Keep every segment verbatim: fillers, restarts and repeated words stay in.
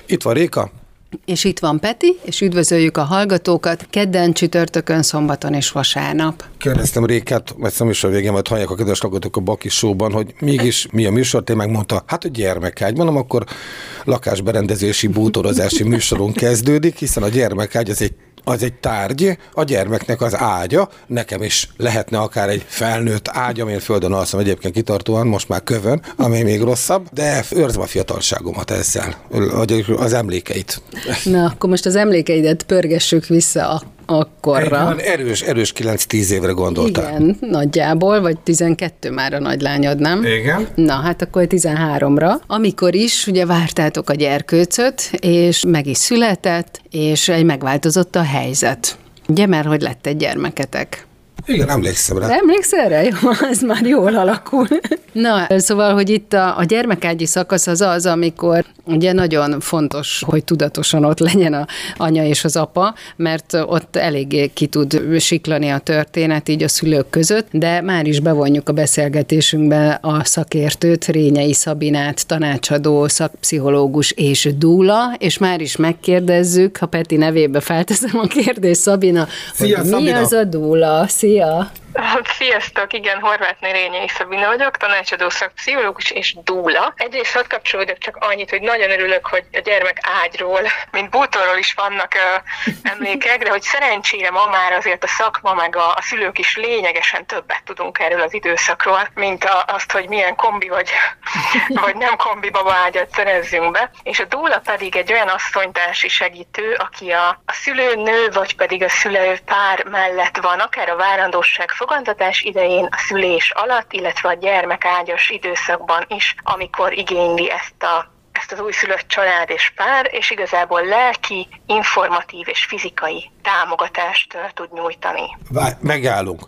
Itt van Réka. És itt van Peti, és üdvözöljük a hallgatókat kedden, csütörtökön, szombaton és vasárnap. Kérdeztem Rékát, ezt a műsor végén majd hallják a kedves hallgatók a Baki Show-ban, hogy mégis mi a műsort, én megmondta, hát a gyermekágy. Mondom, akkor lakásberendezési, bútorozási műsoron kezdődik, hiszen a gyermekágy az egy az egy tárgy, a gyermeknek az ágya, nekem is lehetne akár egy felnőtt ágy, amin földön alszom egyébként kitartóan, most már kövön, ami még rosszabb, de őrzem a fiatalságomat ezzel, az emlékeit. Na, akkor most az emlékeidet pörgessük vissza akkorra. Egy erős, erős kilenc-tíz évre gondoltál. Igen, nagyjából, vagy tizenkettő már a nagylányod, nem? Igen. Na, hát akkor tizenháromra, amikor is ugye vártátok a gyerkőcöt, és meg is született, és egy megváltozott a helyzet. Ugye, mert hogy lett egy gyermeketek? Igen, emlékszem rá. Emlékszel rá? Jó, az már jól alakul. Na, szóval, hogy itt a, a gyermekágyi szakasz az az, amikor ugye nagyon fontos, hogy tudatosan ott legyen a anya és az apa, mert ott eléggé ki tud siklani a történet így a szülők között, de már is bevonjuk a beszélgetésünkbe a szakértőt, Rényei Szabinát, tanácsadó, szakpszichológus és dúla, és már is megkérdezzük, ha Peti nevébe felteszem a kérdést, Szabina, Szia, hogy mi Szabina. az a dúla? Szia! Sziasztok, igen, Horváth Rényei Szabina vagyok, tanácsadó szakpszichológus és dúla. Egyrészt hadd kapcsolódok csak annyit, hogy nagyon örülök, hogy a gyermek ágyról, mint bútorról is vannak uh, emlékek, de hogy szerencsére ma már azért a szakma meg a, a szülők is lényegesen többet tudunk erről az időszakról, mint a, azt, hogy milyen kombi vagy, vagy nem kombi baba ágyat szerezzünk be. És a dúla pedig egy olyan asszonytársi segítő, aki a, a szülőnő vagy pedig a szülő pár mellett van, akár a várandóság fogantatás idején, a szülés alatt, illetve a gyermekágyas időszakban is, amikor igényli ezt a ezt az újszülött család és pár, és igazából lelki, informatív és fizikai támogatást uh, tud nyújtani. Várj, megállunk.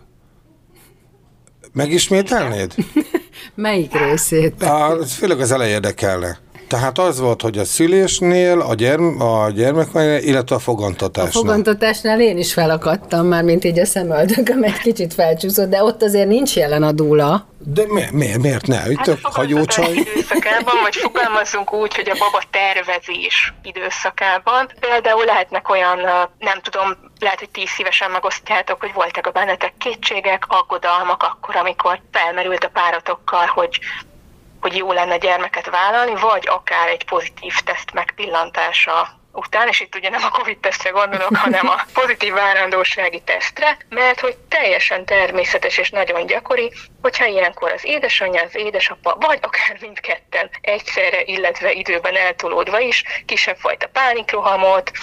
Megismételnéd? Melyik részét? A, főleg az elején érdekelne. Tehát az volt, hogy a szülésnél, a, gyerm- a gyermeknél, illetve a fogantatásnál. A fogantatásnál én is felakadtam már, mint így a szemöldököm egy kicsit felcsúszott, de ott azért nincs jelen a dúla. De mi, mi, miért ne? Itt Hát a a fogantatás hajócsaj. időszakában, vagy fogalmazzunk úgy, hogy a baba tervezés időszakában. Például lehetnek olyan, nem tudom, lehet, hogy tíz szívesen megosztjátok, hogy voltak a bennetek kétségek, aggodalmak akkor, amikor felmerült a páratokkal, hogy hogy jó lenne gyermeket vállalni, vagy akár egy pozitív teszt megpillantása után, és itt ugye nem a Covid-tesztre gondolok, hanem a pozitív várandósági tesztre, mert hogy teljesen természetes és nagyon gyakori, hogyha ilyenkor az édesanyja, az édesapa, vagy akár mindketten egyszerre, illetve időben eltolódva is kisebb fajta pánikrohamot,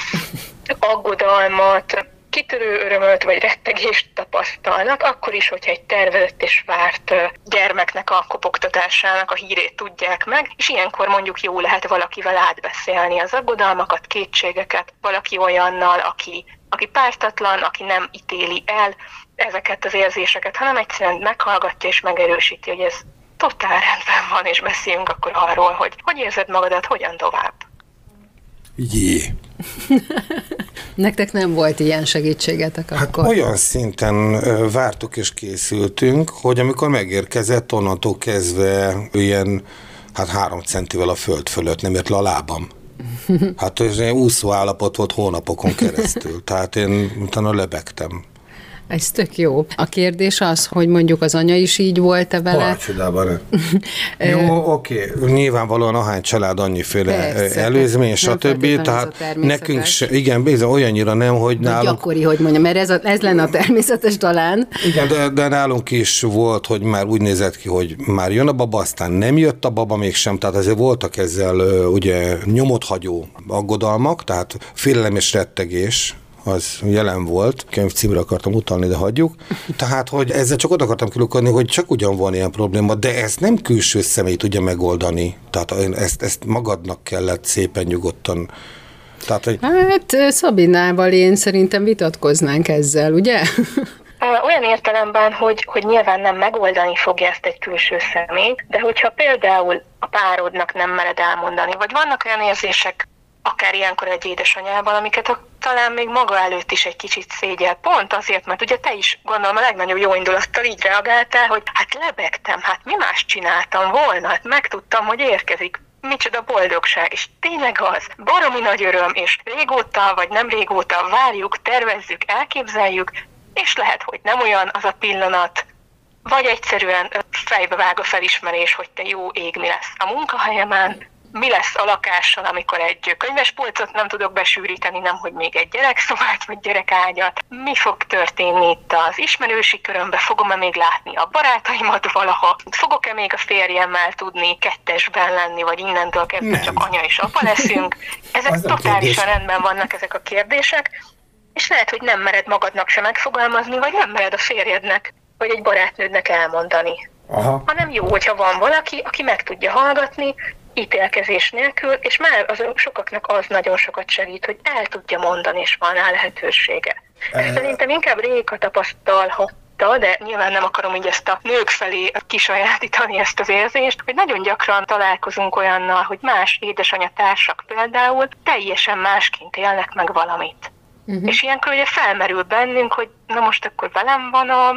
aggodalmat, kitörő örömöt vagy rettegést tapasztalnak, akkor is, hogyha egy tervezett és várt gyermeknek a kopogtatásának a hírét tudják meg, és ilyenkor mondjuk jó lehet valakivel átbeszélni az aggodalmakat, kétségeket, valaki olyannal, aki, aki pártatlan, aki nem ítéli el ezeket az érzéseket, hanem egyszerűen meghallgatja és megerősíti, hogy ez totál rendben van, és beszéljünk akkor arról, hogy hogy érzed magadat, hogyan tovább. Jé. Nektek nem volt ilyen segítségetek Hát akkor? olyan szinten ö, vártuk és készültünk, hogy amikor megérkezett, onnantól kezdve ilyen, hát három centivel a föld fölött, nem ért le a lábam. Hát ez egy úszó állapot volt hónapokon keresztül, tehát én utána lebegtem. Ez tök jó. A kérdés az, hogy mondjuk az anya is így volt-e vele? Hol csodában? Jó, oké. Nyilvánvalóan ahány család annyiféle Persze, előzmény, nem stb. feltétlenül Tehát ez a természetes. nekünk se, igen, bizony olyannyira nem, hogy Vagy nálunk... gyakori, hogy mondjam, mert ez, a, ez lenne a természetes talán. Igen, de, de nálunk is volt, hogy már úgy nézett ki, hogy már jön a baba, aztán nem jött a baba mégsem, tehát azért voltak ezzel ugye nyomot hagyó aggodalmak, tehát félelem és rettegés, az jelen volt. Könyvcímre akartam utalni, de hagyjuk. Tehát, hogy ezzel csak oda akartam kilukadni, hogy csak ugyan van ilyen probléma, de ezt nem külső személy tudja megoldani. Tehát ezt, ezt magadnak kellett szépen nyugodtan. Tehát, hogy... Hát Szabinával én szerintem vitatkoznánk ezzel, ugye? Olyan értelemben, hogy, hogy nyilván nem megoldani fogja ezt egy külső személy, de hogyha például a párodnak nem mered elmondani, vagy vannak olyan érzések, akár ilyenkor egy édesanyával, amiket a, talán még maga előtt is egy kicsit szégyel. Pont azért, mert ugye te is gondolom a legnagyobb jó indulattal így reagáltál, hogy hát lebegtem, hát mi más csináltam volna, hát megtudtam, hogy érkezik. micsoda boldogság, és tényleg az, baromi nagy öröm, és régóta, vagy nem régóta várjuk, tervezzük, elképzeljük, és lehet, hogy nem olyan az a pillanat, vagy egyszerűen fejbe vág a felismerés, hogy te jó ég, mi lesz a munkahelyemen, mi lesz a lakással, amikor egy könyvespolcot nem tudok besűríteni, nemhogy még egy gyerekszobát vagy gyerekágyat. Mi fog történni itt az ismerősi körömbe? Fogom-e még látni a barátaimat valaha? Fogok-e még a férjemmel tudni kettesben lenni, vagy innentől kezdve csak anya és apa leszünk? Ezek totálisan rendben vannak ezek a kérdések, és lehet, hogy nem mered magadnak se megfogalmazni, vagy nem mered a férjednek, vagy egy barátnődnek elmondani. Aha. Hanem jó, hogyha van valaki, aki meg tudja hallgatni, ítélkezés nélkül, és már az sokaknak az nagyon sokat segít, hogy el tudja mondani, és van rá lehetősége. E... Szerintem inkább Réka tapasztalhatta, de nyilván nem akarom így ezt a nők felé kisajátítani ezt az érzést, hogy nagyon gyakran találkozunk olyannal, hogy más édesanya társak például teljesen másként élnek meg valamit. Uh-huh. És ilyenkor ugye felmerül bennünk, hogy na most akkor velem van a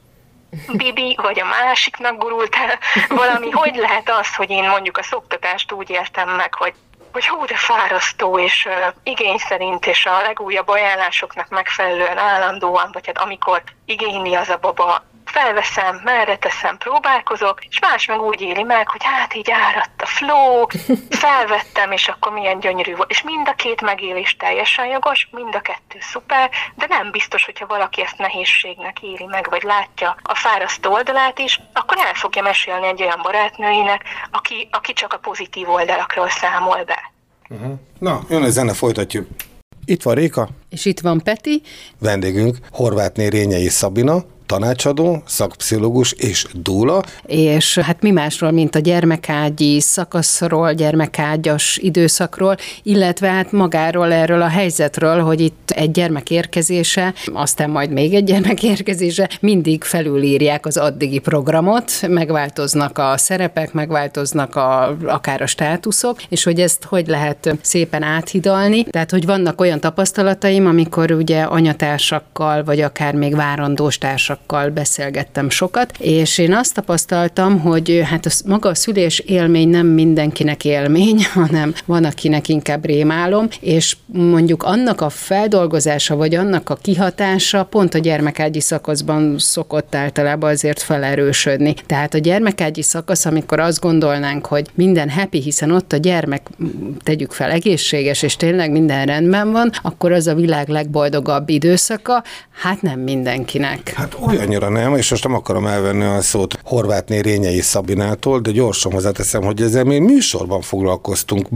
Bibi, vagy a másiknak gurult el valami, hogy lehet az, hogy én mondjuk a szoktatást úgy értem meg, hogy, hogy hú, de fárasztó, és uh, igény szerint, és a legújabb ajánlásoknak megfelelően állandóan, vagy hát amikor igényli az a baba, felveszem, merre teszem, próbálkozok, és más meg úgy éli meg, hogy hát így áradt a flow, felvettem, és akkor milyen gyönyörű volt. És mind a két megélés teljesen jogos, mind a kettő szuper, de nem biztos, hogyha valaki ezt nehézségnek éli meg, vagy látja a fárasztó oldalát is, akkor el fogja mesélni egy olyan barátnőinek, aki, aki csak a pozitív oldalakról számol be. Uh-huh. Na, jön a zene, folytatjuk. Itt van Réka. És itt van Peti. Vendégünk Horvátné Rényei Szabina, tanácsadó, szakpszichológus és dúla. És hát mi másról, mint a gyermekágyi szakaszról, gyermekágyas időszakról, illetve hát magáról erről a helyzetről, hogy itt egy gyermek érkezése, aztán majd még egy gyermek érkezése, mindig felülírják az addigi programot, megváltoznak a szerepek, megváltoznak a, akár a státuszok, és hogy ezt hogy lehet szépen áthidalni. Tehát, hogy vannak olyan tapasztalataim, amikor ugye anyatársakkal, vagy akár még várandós társakkal beszélgettem sokat, és én azt tapasztaltam, hogy hát a, maga a szülés élmény nem mindenkinek élmény, hanem van, akinek inkább rémálom, és mondjuk annak a feldolgozása, vagy annak a kihatása pont a gyermekágyi szakaszban szokott általában azért felerősödni. Tehát a gyermekágyi szakasz, amikor azt gondolnánk, hogy minden happy, hiszen ott a gyermek, tegyük fel, egészséges, és tényleg minden rendben van, akkor az a világ legboldogabb időszaka, hát nem mindenkinek. Hát olyannyira nem, és most nem akarom elvenni a szót Horvátné Rényei Szabinától, de gyorsan hozzáteszem, hogy ezzel még műsorban foglalkoztunk.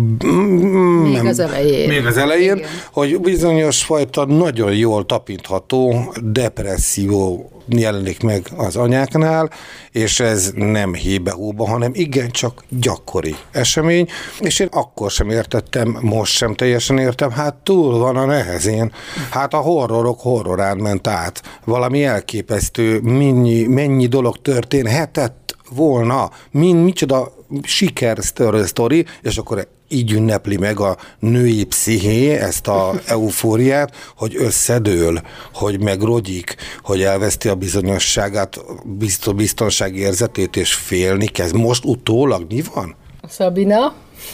Még nem, az elején. Még az elején, igen. Hogy bizonyos fajta nagyon jól tapintható depresszió jelenik meg az anyáknál, és ez nem hébe-hóba, hanem igencsak gyakori esemény, és én akkor sem értettem, most sem teljesen értem, hát túl van a nehezén, hát a horrorok horrorán ment át, valami elképesztő, mennyi, mennyi dolog történhetett volna, mind, micsoda siker sztori, és akkor így ünnepli meg a női psziché ezt a eufóriát, hogy összedől, hogy megrogyik, hogy elveszti a bizonyosságát, biztonsági érzetét, és félni kezd. Most utólag mi van? Szabina?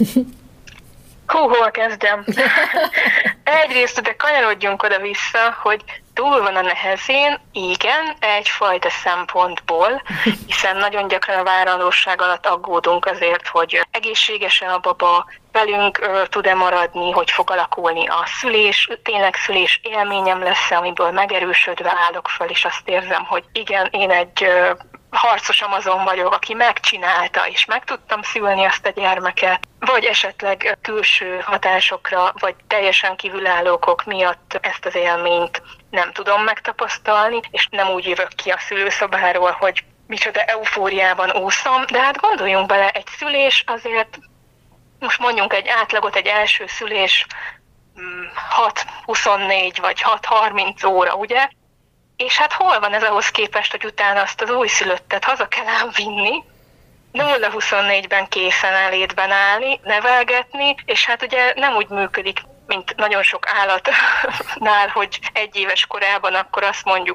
Hú, hol kezdem? Egyrészt, de kanyarodjunk oda-vissza, hogy túl van a nehezén, igen, egyfajta szempontból, hiszen nagyon gyakran a várandóság alatt aggódunk azért, hogy egészségesen a baba, velünk ö, tud-e maradni, hogy fog alakulni a szülés, tényleg szülés élményem lesz, amiből megerősödve állok föl, és azt érzem, hogy igen, én egy ö, harcos amazon vagyok, aki megcsinálta, és meg tudtam szülni azt a gyermeket, vagy esetleg külső hatásokra, vagy teljesen kívülálló okok miatt ezt az élményt nem tudom megtapasztalni, és nem úgy jövök ki a szülőszobáról, hogy micsoda eufóriában úszom, de hát gondoljunk bele, egy szülés azért, most mondjunk egy átlagot, egy első szülés hat huszonnégy vagy hat harminc óra, ugye? És hát hol van ez ahhoz képest, hogy utána azt az újszülöttet haza kell ám vinni, nulla huszonnégyben készen elétben állni, nevelgetni, és hát ugye nem úgy működik, mint nagyon sok állatnál, hogy egy éves korában akkor azt mondjuk, hogy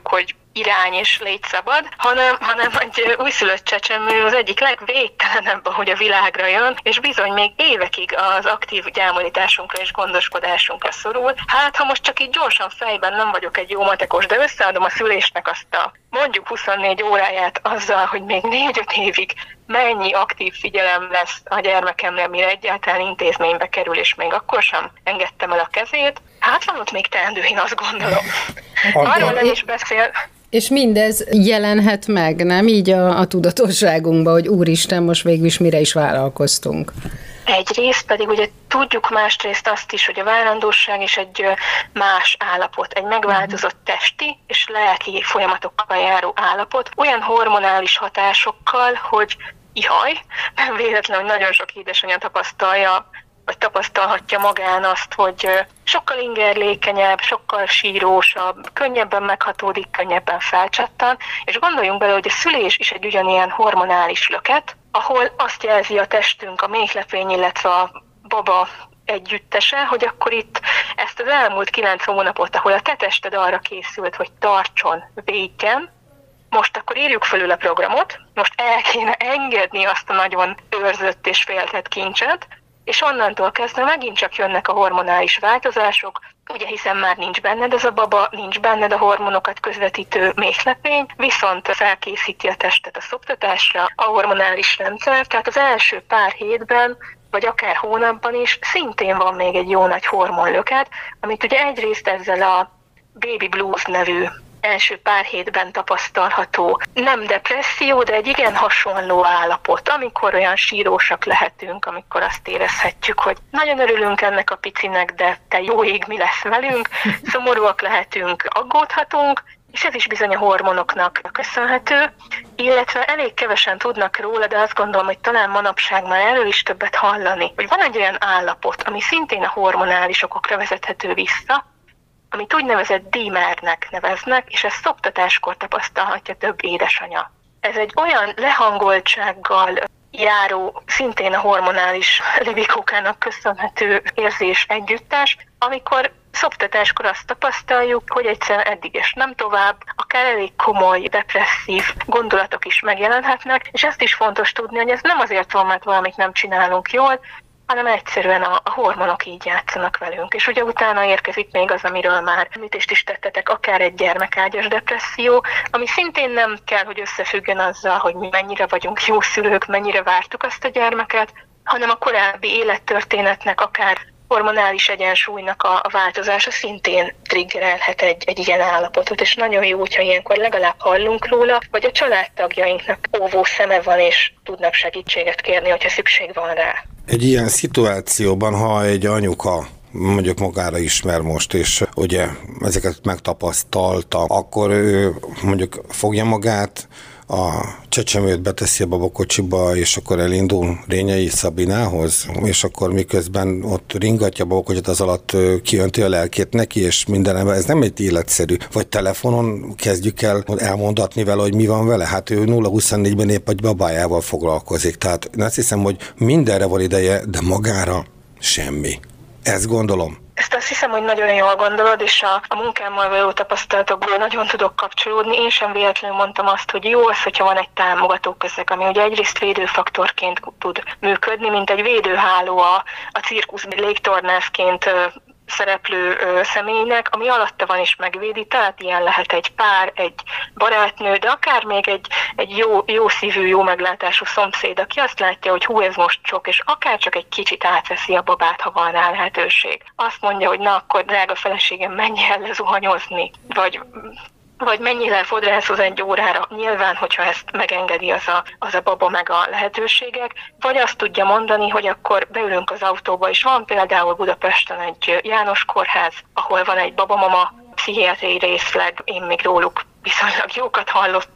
irány és légy szabad, hanem, hanem egy újszülött csecsemő az egyik legvégtelenebb, ahogy a világra jön, és bizony még évekig az aktív gyámolításunkra és gondoskodásunkra szorul. Hát, ha most csak így gyorsan fejben nem vagyok egy jó matekos, de összeadom a szülésnek azt a mondjuk huszonnégy óráját azzal, hogy még négy-öt évig mennyi aktív figyelem lesz a gyermekemre, mire egyáltalán intézménybe kerül, és még akkor sem engedtem el a kezét. Hát van ott még teendő, én azt gondolom. Arról nem is beszél. És mindez jelenhet meg, nem? Így a, a tudatosságunkban, hogy úristen, most végül is mire is vállalkoztunk. Egyrészt pedig ugye tudjuk másrészt azt is, hogy a várandóság is egy más állapot, egy megváltozott testi és lelki folyamatokkal járó állapot, olyan hormonális hatásokkal, hogy ihaj, nem véletlen, hogy nagyon sok édesanyja tapasztalja, vagy tapasztalhatja magán azt, hogy sokkal ingerlékenyebb, sokkal sírósabb, könnyebben meghatódik, könnyebben felcsattan, és gondoljunk bele, hogy a szülés is egy ugyanilyen hormonális löket, ahol azt jelzi a testünk, a méhlepény, illetve a baba együttese, hogy akkor itt ezt az elmúlt kilenc hónapot, ahol a te tested arra készült, hogy tartson, védjen, most akkor írjuk fölül a programot, most el kéne engedni azt a nagyon őrzött és féltett kincset, és onnantól kezdve megint csak jönnek a hormonális változások, ugye hiszen már nincs benned ez a baba, nincs benned a hormonokat közvetítő méhlepény, viszont felkészíti a testet a szoptatásra, a hormonális rendszer, tehát az első pár hétben, vagy akár hónapban is szintén van még egy jó nagy hormonlöket, amit ugye egyrészt ezzel a baby blues nevű első pár hétben tapasztalható nem depresszió, de egy igen hasonló állapot, amikor olyan sírósak lehetünk, amikor azt érezhetjük, hogy nagyon örülünk ennek a picinek, de te jó ég, mi lesz velünk, szomorúak lehetünk, aggódhatunk, és ez is bizony a hormonoknak köszönhető, illetve elég kevesen tudnak róla, de azt gondolom, hogy talán manapság már erről is többet hallani, hogy van egy olyan állapot, ami szintén a hormonális okokra vezethető vissza, amit úgynevezett dímernek neveznek, és ezt szoptatáskor tapasztalhatja több édesanya. Ez egy olyan lehangoltsággal járó, szintén a hormonális libikókának köszönhető érzés együttes, amikor szoptatáskor azt tapasztaljuk, hogy egyszerűen eddig és nem tovább, akár elég komoly, depresszív gondolatok is megjelenhetnek, és ezt is fontos tudni, hogy ez nem azért van, mert valamit nem csinálunk jól, hanem egyszerűen a, a hormonok így játszanak velünk. És ugye utána érkezik még az, amiről már említést is tettetek, akár egy gyermekágyas depresszió, ami szintén nem kell, hogy összefüggjön azzal, hogy mi mennyire vagyunk jó szülők, mennyire vártuk azt a gyermeket, hanem a korábbi élettörténetnek, akár hormonális egyensúlynak a, a változása szintén triggerelhet egy, egy ilyen állapotot, és nagyon jó, hogyha ilyenkor legalább hallunk róla, vagy a családtagjainknak óvó szeme van, és tudnak segítséget kérni, hogyha szükség van rá. Egy ilyen szituációban, ha egy anyuka mondjuk magára ismer most, és ugye ezeket megtapasztalta, akkor ő mondjuk fogja magát, a csecsemőt beteszi a babakocsiba, és akkor elindul Rényei Szabinához, és akkor miközben ott ringatja a babakocsit, az alatt kijönti a lelkét neki, és mindenben. Ez nem egy életszerű. Vagy telefonon kezdjük el elmondatni vele, hogy mi van vele. Hát ő nulla huszonnégyben épp egy babájával foglalkozik. Tehát én azt hiszem, hogy mindenre van ideje, de magára semmi. Ezt gondolom. Ezt azt hiszem, hogy nagyon jól gondolod, és a, a munkámmal való tapasztalatokból nagyon tudok kapcsolódni. Én sem véletlenül mondtam azt, hogy jó az, hogyha van egy támogató közeg, ami ugye egyrészt védőfaktorként tud működni, mint egy védőháló a, a cirkusz légtornászként szereplő ö, személynek, ami alatta van és megvédi, tehát ilyen lehet egy pár, egy barátnő, de akár még egy, egy jó, jó szívű, jó meglátású szomszéd, aki azt látja, hogy hú, ez most sok, és akár csak egy kicsit átveszi a babát, ha van rá lehetőség. Azt mondja, hogy na akkor drága feleségem, menj el lezuhanyozni, vagy vagy mennyire fodrászhoz egy órára, nyilván, hogyha ezt megengedi az a, az a baba meg a lehetőségek, vagy azt tudja mondani, hogy akkor beülünk az autóba, és van például Budapesten egy János kórház, ahol van egy babamama pszichiátriai részleg, én még róluk viszonylag jókat hallottam,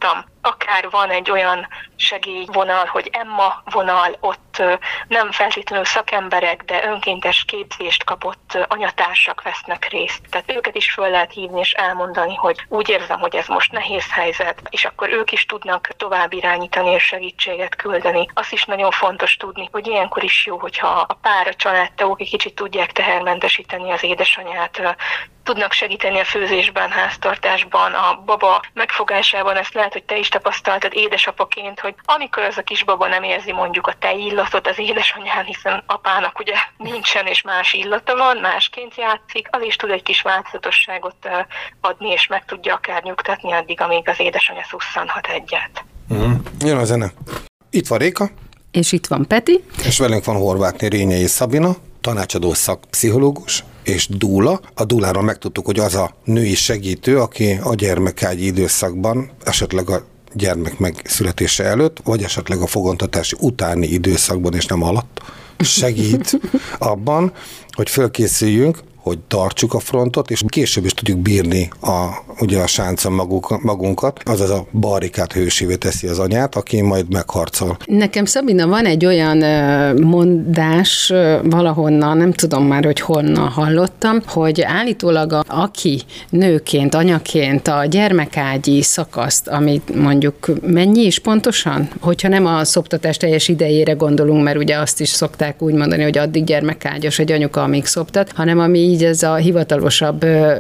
akár van egy olyan segélyvonal, hogy Emma vonal, ott nem feltétlenül szakemberek, de önkéntes képzést kapott anyatársak vesznek részt. Tehát őket is föl lehet hívni és elmondani, hogy úgy érzem, hogy ez most nehéz helyzet, és akkor ők is tudnak tovább irányítani és segítséget küldeni. Azt is nagyon fontos tudni, hogy ilyenkor is jó, hogyha a pár, a családtagok egy kicsit tudják tehermentesíteni az édesanyát, tudnak segíteni a főzésben, háztartásban, a baba megfogásában. Ezt lehet, hogy te is tapasztaltad édesapaként, hogy amikor az a kisbaba nem érzi mondjuk a tejillatot az édesanyán, hiszen apának ugye nincsen és más illata van, másként játszik, az is tud egy kis változatosságot adni, és meg tudja akár nyugtatni addig, amíg az édesanyja szusszanhat egyet. Mm. Jön a zene. Itt van Réka. És itt van Peti. És velünk van Horvátné Rényei Szabina, tanácsadó szakpszichológus, és dúla. A dúláról megtudtuk, hogy az a női segítő, aki a gyermekágyi időszakban, esetleg a gyermek megszületése előtt, vagy esetleg a fogantatási utáni időszakban, és nem alatt, segít abban, hogy fölkészüljünk, hogy tartsuk a frontot, és később is tudjuk bírni a, ugye a sáncon maguk, magunkat, azaz a barrikát hősévé teszi az anyát, aki majd megharcol. Nekem, Szabina, van egy olyan mondás valahonnan, nem tudom már, hogy honnan hallottam, hogy állítólag a, aki nőként, anyaként a gyermekágyi szakaszt, amit mondjuk mennyi is pontosan? Hogyha nem a szoptatás teljes idejére gondolunk, mert ugye azt is szokták úgy mondani, hogy addig gyermekágyas egy anyuka, amíg szoptat, hanem ami így ez a hivatalosabb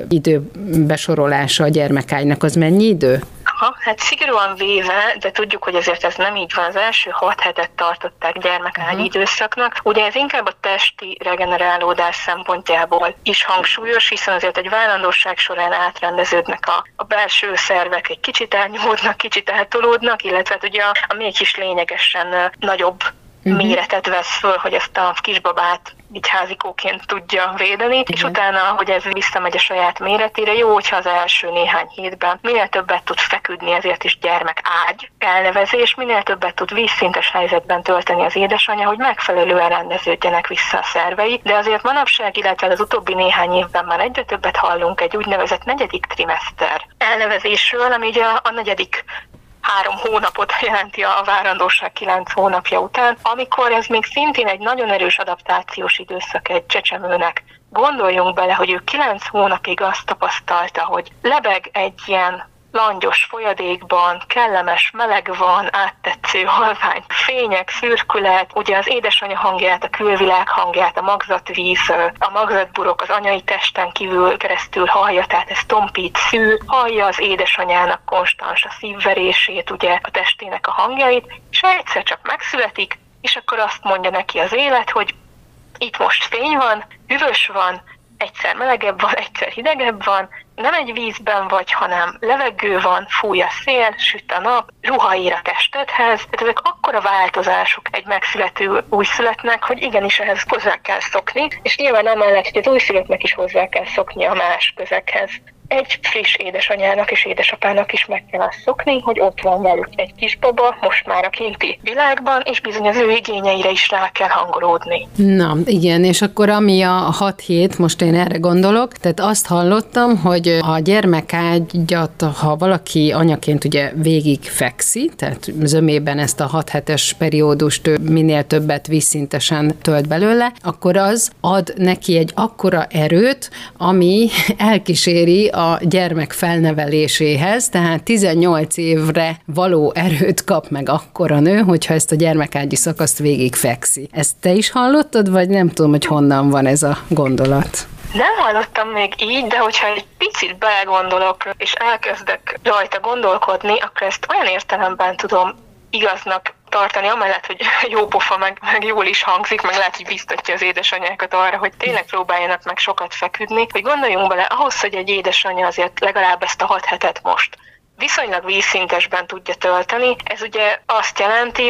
időbesorolása a gyermekágynak, az mennyi idő? Aha, hát szigorúan véve, de tudjuk, hogy azért ez nem így van. Az első hat hetet tartották gyermekágyi uh-huh. időszaknak. Ugye ez inkább a testi regenerálódás szempontjából is hangsúlyos, hiszen azért egy várandóság során átrendeződnek a, a belső szervek, egy kicsit elnyomódnak, kicsit eltolódnak, illetve hát ugye a, a még is lényegesen nagyobb uh-huh. méretet vesz föl, hogy ezt a kisbabát így házikóként tudja védeni, uh-huh. és utána, hogy ez visszamegy a saját méretére, jó, hogyha az első néhány hétben minél többet tud feküdni, ezért is gyermekágy elnevezés, minél többet tud vízszintes helyzetben tölteni az édesanyja, hogy megfelelően rendeződjenek vissza a szervei, de azért manapság, illetve az utóbbi néhány évben már egyre többet hallunk egy úgynevezett negyedik trimester elnevezésről, ami ugye a, a negyedik három hónapot jelenti a várandóság kilenc hónapja után, amikor ez még szintén egy nagyon erős adaptációs időszak egy csecsemőnek. Gondoljunk bele, hogy ő kilenc hónapig azt tapasztalta, hogy lebeg egy ilyen langyos folyadékban, kellemes, meleg van, áttetsző halvány fények, szürkület, ugye az édesanyja hangját, a külvilág hangját, a magzatvíz, a magzatburok az anyai testen kívül keresztül hallja, tehát ez tompít, szűr, hallja az édesanyának konstans a szívverését, ugye a testének a hangjait, és egyszer csak megszületik, és akkor azt mondja neki az élet, hogy itt most fény van, hűvös van, egyszer melegebb van, egyszer hidegebb van, nem egy vízben vagy, hanem levegő van, fúj a szél, süt a nap, ruha ér a testedhez. Tehát ezek akkora változások egy megszülető újszülöttnek, hogy igenis ehhez hozzá kell szokni, és nyilván amellett, hogy az újszülöttnek is hozzá kell szokni a más közekhez. Egy friss édesanyának és édesapának is meg kell azt szokni, hogy ott van velük egy kisbaba, most már a kinti világban, és bizony az ő igényeire is rá kell hangolódni. Na, igen, és akkor ami a hat hét, most én erre gondolok, tehát azt hallottam, hogy a gyermekágyat, ha valaki anyaként ugye végig fekszi, tehát zömében ezt a hat hetes periódust minél többet vízszintesen tölt belőle, akkor az ad neki egy akkora erőt, ami elkíséri a gyermek felneveléséhez, tehát tizennyolc évre való erőt kap meg akkor a nő, hogyha ezt a gyermekágyi szakaszt végig fekszi. Ezt te is hallottad, vagy nem tudom, hogy honnan van ez a gondolat? Nem hallottam még így, de hogyha egy picit belegondolok, és elkezdek rajta gondolkodni, akkor ezt olyan értelemben tudom igaznak tartani, amellett, hogy jó pofa, meg, meg jól is hangzik, meg lehet, hogy biztatja az édesanyákat arra, hogy tényleg próbáljanak meg sokat feküdni, hogy gondoljunk bele, ahhoz, hogy egy édesanyja azért legalább ezt a hat hetet most viszonylag vízszintesben tudja tölteni, ez ugye azt jelenti, hogy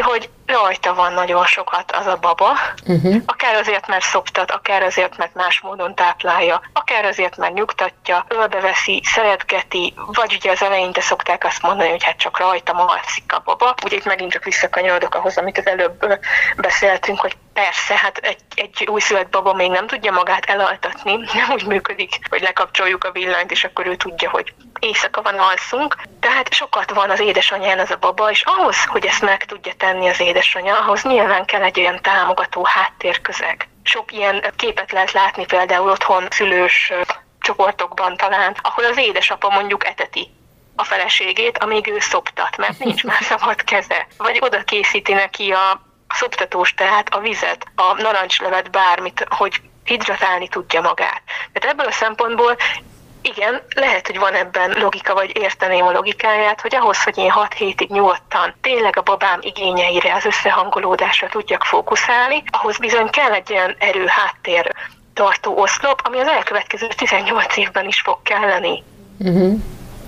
rajta van nagyon sokat az a baba, uh-huh. akár azért, mert szoptat, akár azért, mert más módon táplálja, akár azért, mert nyugtatja, ölbeveszi, szeretgeti, vagy ugye az eleinte szokták azt mondani, hogy hát csak rajta alszik a baba. Ugye itt megint csak visszakanyarodok ahhoz, amit az előbb beszéltünk, hogy persze, hát egy, egy újszülött baba még nem tudja magát elaltatni, nem úgy működik, hogy lekapcsoljuk a villanyt, és akkor ő tudja, hogy éjszaka van, alszunk. Tehát sokat van az édesanyján az a baba, és ahhoz, hogy ezt meg tudja tenni az édesanyja, ahhoz nyilván kell egy olyan támogató háttérközeg. Sok ilyen képet lehet látni például otthon szülős csoportokban talán, ahol az édesapa mondjuk eteti a feleségét, amíg ő szoptat, mert nincs már szabad keze. Vagy oda készíti neki a szoptatós teát, a vizet, a narancslevet, bármit, hogy hidratálni tudja magát. Tehát ebből a szempontból igen, lehet, hogy van ebben logika, vagy érteném a logikáját, hogy ahhoz, hogy én hat hétig nyugodtan tényleg a babám igényeire, az összehangolódásra tudjak fókuszálni, ahhoz bizony kell egy olyan erő-háttér tartó oszlop, ami az elkövetkező tizennyolc évben is fog kelleni. Uh-huh.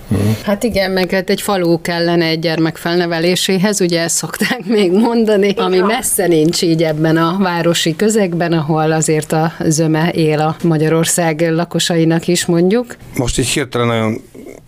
Hát igen, meg hát egy falu kellene egy gyermek felneveléséhez, ugye ezt szokták még mondani, ami messze nincs így ebben a városi közegben, ahol azért a zöme él a Magyarország lakosainak is, mondjuk. Most így hirtelen nagyon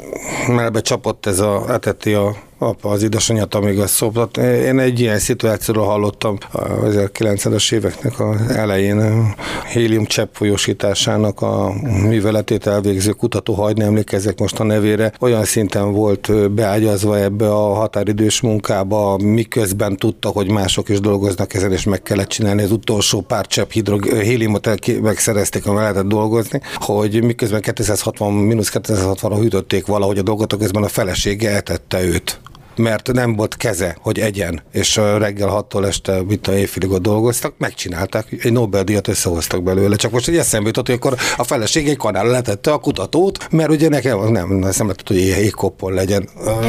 melbe csapott ez a, eteti a apa az édesanyját, amíg azt szoptat. Én egy ilyen szituációról hallottam az ezerkilencszázas éveknek az elején, hélium cseppfolyósításának a műveletét elvégző kutató, hagy ne emlékezzek most a nevére, olyan szinten volt beágyazva ebbe a határidős munkába, miközben tudta, hogy mások is dolgoznak ezen, és meg kellett csinálni az utolsó pár csepp hidrog- héliumot megszerezték, amivel lehetett dolgozni, hogy miközben kétszázhatvan, mínusz kétszázhatvanra hűtötték valahogy a dolgot, közben a felesége etette őt. Mert nem volt keze, hogy egyen, és reggel hattól este, mint a éjfélig ott dolgoztak, megcsinálták, egy Nobel-díjat összehoztak belőle. Csak most egy eszembe jutott, hogy akkor a feleség egy kanálra letette a kutatót, mert ugye nekem nem, nem lehetett, hogy éjkoppon legyen.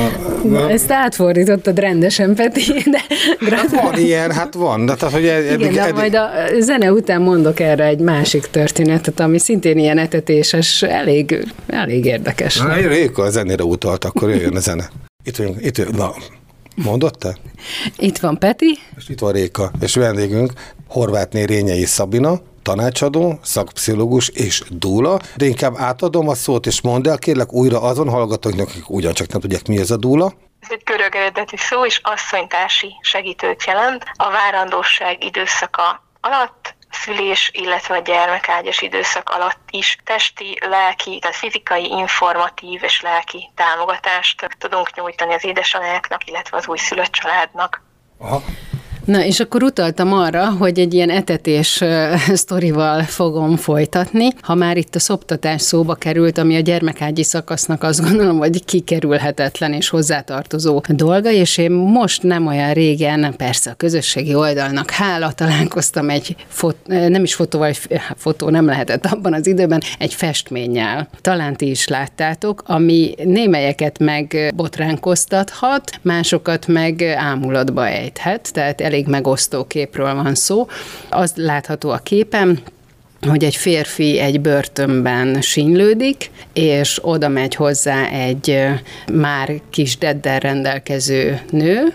Na, ezt átfordítottad rendesen, Peti, de... Hát van ilyen, hát van. De, tehát, hogy eddig, igen, de eddig... majd a zene után mondok erre egy másik történetet, ami szintén ilyen etetéses, elég, elég érdekes. Na, Réka a zenére utalt, akkor jöjjön a zene. Itt vagyunk, itt vagyunk. Na, mondod te? Itt van Peti. És itt van Réka, és vendégünk Horvátné Rényei Szabina, tanácsadó, szakpszichológus és dúla. De inkább átadom a szót, és mondd el kérlek újra azon hallgatóknak, akik ugyancsak nem tudják, mi ez a dúla. Ez egy görög eredetű szó, és asszonytársi segítőt jelent a várandóság időszaka alatt, szülés, illetve a gyermekágyas időszak alatt is testi, lelki, tehát fizikai, informatív és lelki támogatást tudunk nyújtani az édesanyáknak, illetve az újszülött családnak. Aha. Na, és akkor utaltam arra, hogy egy ilyen etetés uh, sztorival fogom folytatni. Ha már itt a szoptatás szóba került, ami a gyermekágyi szakasznak azt gondolom, hogy kikerülhetetlen és hozzátartozó dolga, és én most nem olyan régen, persze a közösségi oldalnak hála, találkoztam egy, fot, nem is fotóval, fotó nem lehetett abban az időben, egy festménnyel. Talán ti is láttátok, ami némelyeket meg botránkoztathat, másokat meg ámulatba ejthet, tehát elég megosztó képről van szó. Az látható a képen, hogy egy férfi egy börtönben sínylődik, és oda megy hozzá egy már kisdeddel rendelkező nő,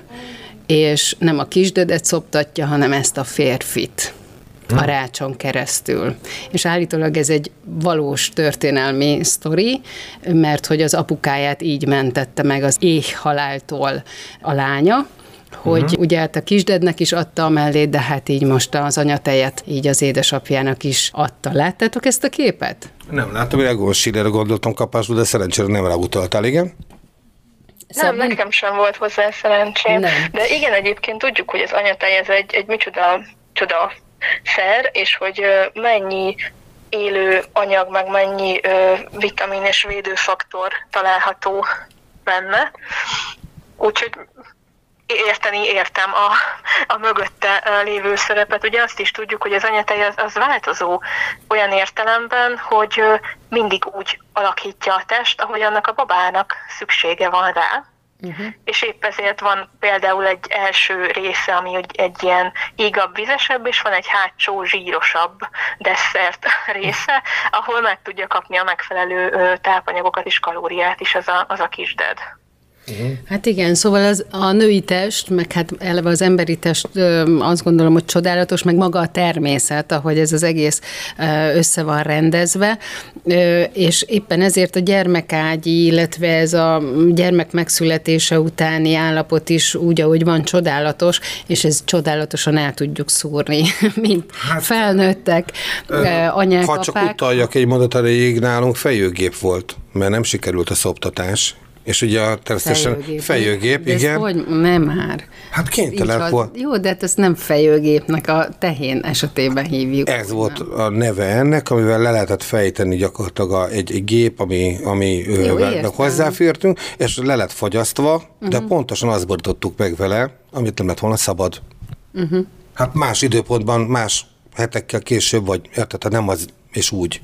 és nem a kisdedet szoptatja, hanem ezt a férfit a rácson keresztül. És állítólag ez egy valós történelmi sztori, mert hogy az apukáját így mentette meg az éhhaláltól a lánya, hogy uh-huh. ugye hát a kisdednek is adta a mellét, de hát így most az anyatejet így az édesapjának is adta. Láttátok ezt a képet? Nem láttam, hogy Egon Schillerre gondoltam kapásból, de szerencsére nem rá utaltál, igen? Nem, szóval... nekem sem volt hozzá szerencsém. Nem. De igen, egyébként tudjuk, hogy az anyatej ez egy, egy micsoda csoda szer, és hogy mennyi élő anyag, meg mennyi vitamin és védőfaktor található benne. Úgyhogy érteni értem a, a mögötte lévő szerepet. Ugye azt is tudjuk, hogy az anyatej az, az változó olyan értelemben, hogy mindig úgy alakítja a test, ahogy annak a babának szüksége van rá. Uh-huh. És épp ezért van például egy első része, ami egy, egy ilyen ígabb, vizesebb, és van egy hátsó, zsírosabb desszert része, ahol meg tudja kapni a megfelelő tápanyagokat és kalóriát is az a, az a kisded. Uh-huh. Hát igen, szóval az, a női test, meg hát eleve az emberi test azt gondolom, hogy csodálatos, meg maga a természet, ahogy ez az egész össze van rendezve, és éppen ezért a gyermekágyi, illetve ez a gyermek megszületése utáni állapot is úgy, ahogy van, csodálatos, és ez csodálatosan el tudjuk szúrni, mint hát, felnőttek ö, anyák, ha apák. Ha csak utaljak egy mondat erejéig, nálunk fejőgép volt, mert nem sikerült a szoptatás. És ugye a természetesen fejőgép, fejőgép igen. Hogy nem már. Hát kénytelen volt. Jó, de hát ezt nem fejőgépnek, a tehén esetében hívjuk. Ez nem. Volt a neve ennek, amivel le lehetett fejteni gyakorlatilag a, egy, egy gép, ami, ami Jó, hozzáfértünk, és le lett fagyasztva, uh-huh. de pontosan azt borítottuk meg vele, amit nem lett volna szabad. Uh-huh. Hát más időpontban, más hetekkel később, vagy érted, nem az, és úgy.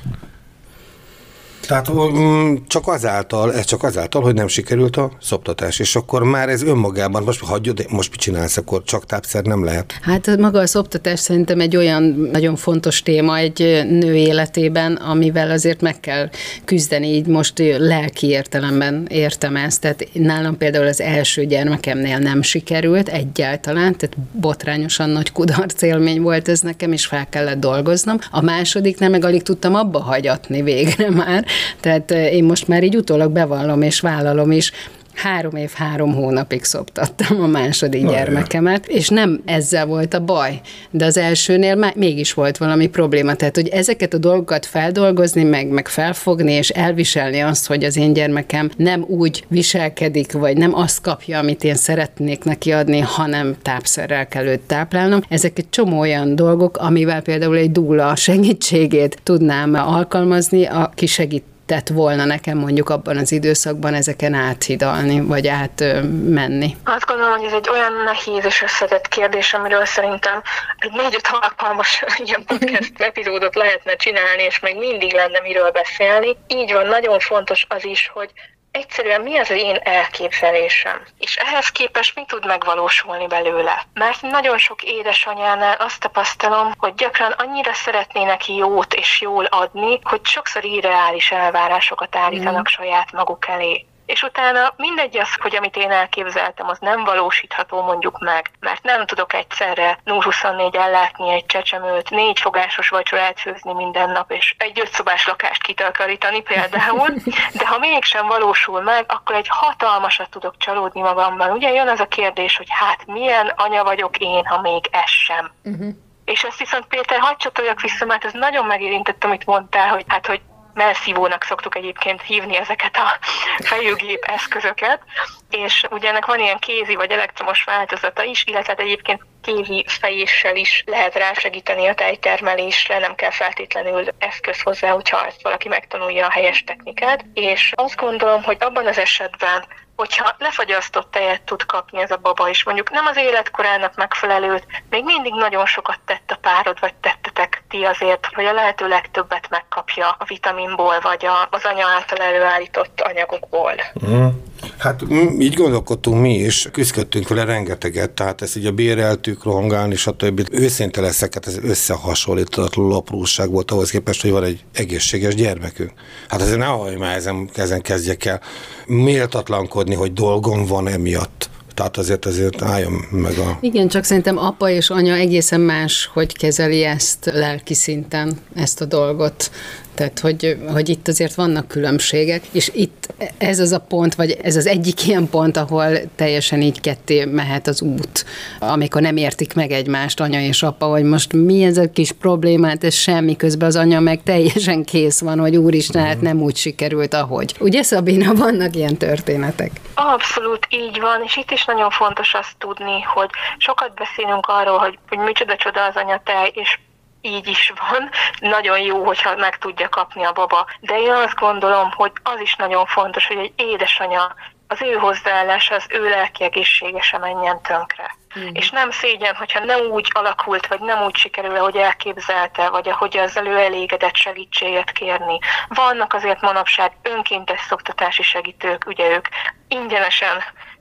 Tehát csak azáltal, ez csak azáltal, hogy nem sikerült a szoptatás, és akkor már ez önmagában, most hagyjad, most mit csinálsz, akkor csak tápszer nem lehet. Hát maga a szoptatás szerintem egy olyan nagyon fontos téma egy nő életében, amivel azért meg kell küzdeni, így most lelki értelemben értem ezt, tehát nálam például az első gyermekemnél nem sikerült egyáltalán, tehát botrányosan nagy kudarc élmény volt ez nekem, és fel kellett dolgoznom. A másodiknál meg alig tudtam abba hagyatni végre már. Tehát én most már így utólag bevallom és vállalom is, három év, három hónapig szoptattam a második gyermekemet, és nem ezzel volt a baj, de az elsőnél már mégis volt valami probléma, tehát hogy ezeket a dolgokat feldolgozni, meg, meg felfogni, és elviselni azt, hogy az én gyermekem nem úgy viselkedik, vagy nem azt kapja, amit én szeretnék neki adni, hanem tápszerrel kell őt táplálnom. Ezek egy csomó olyan dolgok, amivel például egy dúla segítségét tudnám alkalmazni, aki segít tett volna nekem mondjuk abban az időszakban ezeken áthidalni, vagy átmenni. Azt gondolom, hogy ez egy olyan nehéz és összetett kérdés, amiről szerintem egy négy-öt alkalmas ilyen podcast epizódot lehetne csinálni, és még mindig lenne miről beszélni. Így van, nagyon fontos az is, hogy egyszerűen mi az én elképzelésem, és ehhez képest mi tud megvalósulni belőle. Mert nagyon sok édesanyánál azt tapasztalom, hogy gyakran annyira szeretnének jót és jól adni, hogy sokszor irreális elvárásokat állítanak mm. saját maguk elé. És utána mindegy az, hogy amit én elképzeltem, az nem valósítható mondjuk meg, mert nem tudok egyszerre nulla huszonnégy ellátni egy csecsemőt, négy fogásos vacsorát főzni minden nap, és egy ötszobás lakást kitakarítani például, de ha mégsem valósul meg, akkor egy hatalmasat tudok csalódni magamban. Ugye jön az a kérdés, hogy hát milyen anya vagyok én, ha még ez sem. Uh-huh. És ezt viszont Péter, hadd csatoljak vissza, mert ez nagyon megérintett, amit mondtál, hogy hát, hogy mellszívónak szoktuk egyébként hívni ezeket a fejőgép eszközöket, és ugye ennek van ilyen kézi vagy elektromos változata is, illetve egyébként kézi fejéssel is lehet rásegíteni a tejtermelésre, nem kell feltétlenül eszköz hozzá, hogyha ezt valaki megtanulja a helyes technikát, és azt gondolom, hogy abban az esetben, hogyha lefagyasztott tejet tud kapni ez a baba, és mondjuk nem az életkorának megfelelőt, még mindig nagyon sokat tett a párod, vagy tettetek ti azért, hogy a lehető legtöbbet megkapja a vitaminból, vagy az anya által előállított anyagokból. Mm. Hát így gondolkodtunk mi is, küzdöttünk vele rengeteget, tehát ezt így a béreltük, rohangálni, stb. Őszinte leszek, hát ez összehasonlítatlanul apróság volt ahhoz képest, hogy van egy egészséges gyermekünk. Hát azért nehogy már ezen, ezen kezdjek el méltatlankodni, hogy dolgom van emiatt. Tehát azért azért álljon meg a... Igen, csak szerintem apa és anya egészen más, hogy kezeli ezt lelki szinten, ezt a dolgot. Tehát, hogy, hogy itt azért vannak különbségek, és itt ez az a pont, vagy ez az egyik ilyen pont, ahol teljesen így ketté mehet az út, amikor nem értik meg egymást, anya és apa, hogy most mi ez a kis problémát, ez semmi, közben az anya meg teljesen kész van, hogy úristen, hát nem úgy sikerült, ahogy. Ugye, Szabina, vannak ilyen történetek? Abszolút így van, és itt is nagyon fontos azt tudni, hogy sokat beszélünk arról, hogy, hogy micsoda-csoda az anyatej, és így is van, nagyon jó, hogyha meg tudja kapni a baba. De én azt gondolom, hogy az is nagyon fontos, hogy egy édesanya, az ő hozzáállása, az ő lelki egészsége sem menjen tönkre. Mm. És nem szégyen, hogyha nem úgy alakult, vagy nem úgy sikerül, ahogy elképzelte, vagy ahogy az előelégedett segítséget kérni. Vannak azért manapság önkéntes szoktatási segítők, ugye ők ingyenesen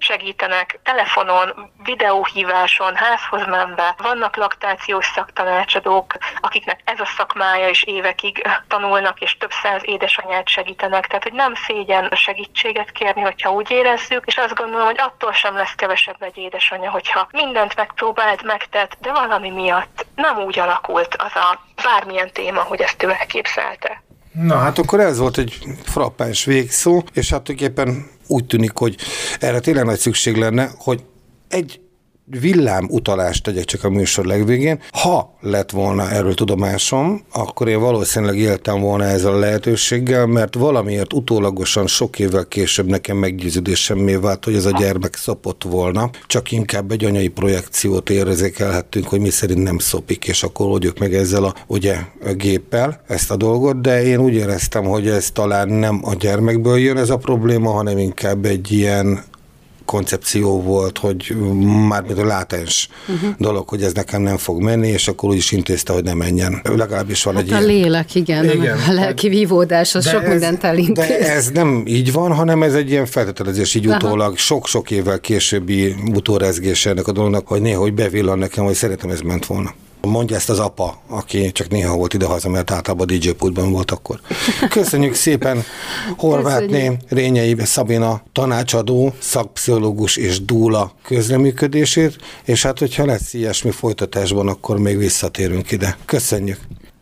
segítenek telefonon, videóhíváson, házhoz menve. Vannak laktációs szaktanácsadók, akiknek ez a szakmája is évekig tanulnak, és több száz édesanyát segítenek. Tehát, hogy nem szégyen segítséget kérni, hogyha úgy érezzük, és azt gondolom, hogy attól sem lesz kevesebb egy édesanyja, hogyha mindent megpróbált, megtett, de valami miatt nem úgy alakult az a bármilyen téma, hogy ezt ő elképzelte. Na hát akkor ez volt egy frappáns végszó, és hát tulajdonképpen úgy tűnik, hogy erre tényleg nagy szükség lenne, hogy egy villám utalást tegyek csak a műsor legvégén. Ha lett volna erről tudomásom, akkor én valószínűleg éltem volna ezzel a lehetőséggel, mert valamiért utólagosan sok évvel később nekem meggyőződésemmé vált, hogy ez a gyermek szopott volna. Csak inkább egy anyai projekciót érzékelhettünk, hogy mi szerint nem szopik, és akkor oldjuk meg ezzel a, ugye, a géppel ezt a dolgot, de én úgy éreztem, hogy ez talán nem a gyermekből jön ez a probléma, hanem inkább egy ilyen koncepció volt, hogy mármint a látens uh-huh. dolog, hogy ez nekem nem fog menni, és akkor úgy is intézte, hogy ne menjen. Legalábbis van hát egy a ilyen... lélek, igen. igen. A lelki vívódás, az sok ez, mindent elintéz. De ez nem így van, hanem ez egy ilyen feltételezés így Aha. utólag, sok-sok évvel későbbi utórezgése ennek a dolognak, hogy néha hogy bevillan nekem, hogy szeretem, ez ment volna. Mondja ezt az apa, aki csak néha volt idehaza, mert általában dé dzsé pultban volt akkor. Köszönjük szépen Horvátné Rényei Szabina tanácsadó, szakpszichológus és dúla közreműködését, és hát, hogyha lesz ilyesmi folytatásban, akkor még visszatérünk ide. Köszönjük!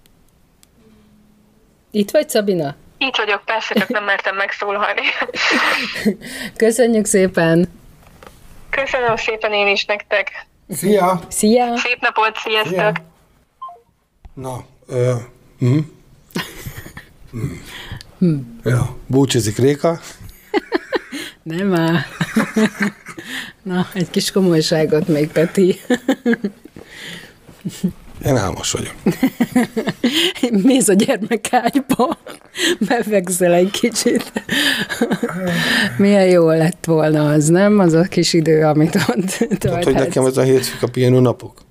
Itt vagy, Szabina? Itt vagyok, persze, csak nem mertem megszólalni. Köszönjük szépen! Köszönöm szépen én is nektek! Szia! Szia! Szép napot, sziasztok! Szia. Na, ö, hm? Hm. Hm. Ja, búcsúzik Réka. Nem áll. Na, egy kis komolyságot még, Peti. Én álmos vagyok. Mész a gyermekágyba, befekszel egy kicsit. Milyen jó lett volna az, nem? Az a kis idő, amit ott tölthetsz. Tudod, hogy nekem ez a hétfők a pihenő napok?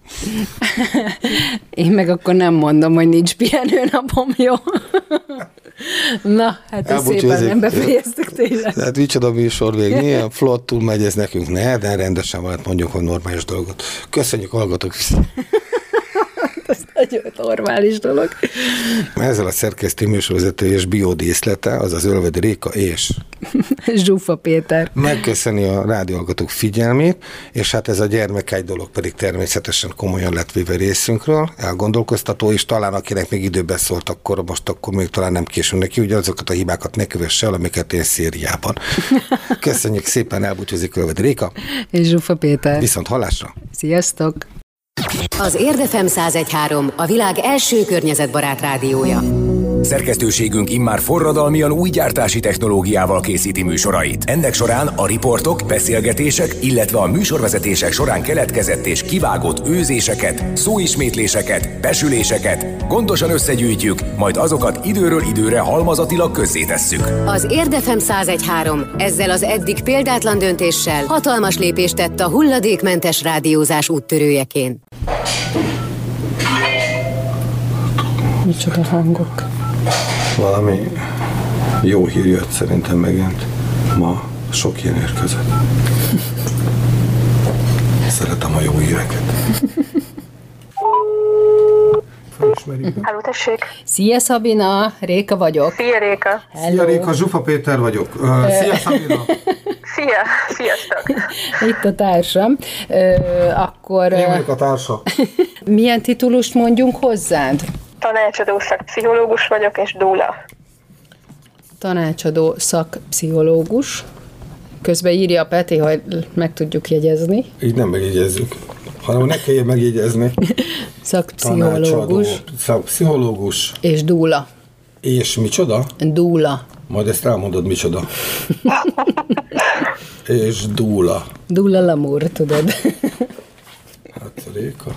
Én meg akkor nem mondom, hogy nincs pihenő napom, jó? Na, hát ezt szépen nem befejeztük tényleg. Tehát micsoda műsor végén, ilyen flottul megy ez nekünk, ne, de rendesen van, mondjuk, hogy normális dolgot. Köszönjük, hallgatok vissza. Ez nagyon normális dolog. Ezzel a szerkesztő műsorvezető és biodíszlete, azaz Ölvedi Réka és Zsufa Péter. Megköszöni a rádióhallgatók figyelmét, és hát ez a gyermekágy dolog pedig természetesen komolyan lett véve részünkről, elgondolkoztató, és talán akinek még időben szólt, akkor most akkor még talán nem késünk neki, ugye azokat a hibákat ne kövesse el, amiket én szériában. Köszönjük szépen, elbúcsúzik Ölvedi Réka. És Zsufa Péter. Viszont hallásra. Sziasztok. Az Érd ef em száz egy három a világ első környezetbarát rádiója. Szerkesztőségünk immár forradalmian új gyártási technológiával készíti műsorait. Ennek során a riportok, beszélgetések, illetve a műsorvezetések során keletkezett és kivágott őzéseket, szóismétléseket, besüléseket gondosan összegyűjtjük, majd azokat időről időre halmazatilag közzétesszük. Az Érd ef em száz egy három ezzel az eddig példátlan döntéssel hatalmas lépést tett a hulladékmentes rádiózás úttörőjeként. Micsoda hangok. Valami jó hír jött szerintem megint ma sok ilyen érkezett. Szeretem a jó híreket. Halló, tessék! Szia, Szabina! Réka vagyok. Szia, Réka! Hello. Szia, Réka, Zsufa Péter vagyok. Uh, szia, Szabina! Szia! Sziasztok! Itt a társam. Uh, akkor... Én vagyok a társa. Milyen titulust mondjunk hozzád? Tanácsadó szakpszichológus vagyok, és dúla. Tanácsadó szakpszichológus. Közben írja a Peti, hogy meg tudjuk jegyezni. Így nem megjegyezzük, hanem ne kelljen megjegyezni. Szakpszichológus. Szakpszichológus. És dúla. És micsoda? Dúla. Majd ezt elmondod, micsoda. És dúla. Dúla Lamur, tudod. Hát, Réka.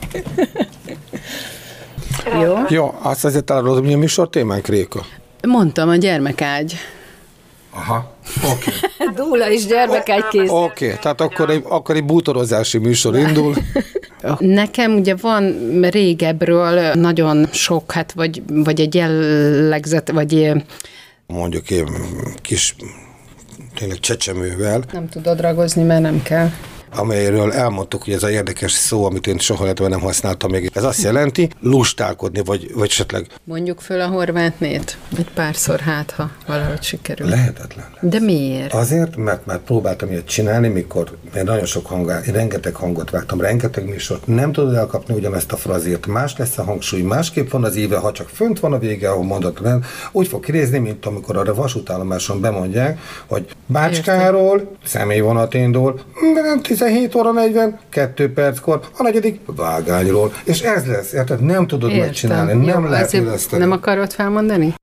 Jó. Jó, azt azért elárulod, mi a műsor témánk, Réka? Mondtam, a gyermekágy. Aha, oké. Okay. Dúla és gyermekágy kész. Oké, okay, tehát akkor egy, akkor egy bútorozási műsor indul. Nekem ugye van régebről nagyon sok, hát vagy, vagy egy jellegzet, vagy... Mondjuk én kis tényleg csecsemővel. Nem tudod ragozni, mert nem kell. Amelyről elmondtuk, hogy ez a érdekes szó, amit én soha életben nem használtam még. Ez azt jelenti, lustálkodni, vagy, vagy esetleg... Mondjuk föl a horvátnét. Egy párszor, hát ha valahogy sikerül. Lehetetlen. De miért? Azért, mert már próbáltam ilyet csinálni, mikor én nagyon sok hangát, én rengeteg hangot vágtam, rengeteg műsort, nem tudod elkapni ugyanezt a frazért. Más lesz a hangsúly, másképp van az íve, ha csak fönt van a vége, ahol mondatlan, úgy fog kinézni, mint amikor arra vasútállomáson bemondják, hogy Bácskáról, személyvonatindul, tizenhét óra negyvenkettő perckor, a negyedik Vágányról. És ez lesz, érted? Nem tudod Értem. megcsinálni, nem Jó, lehet nem akarod felmondani?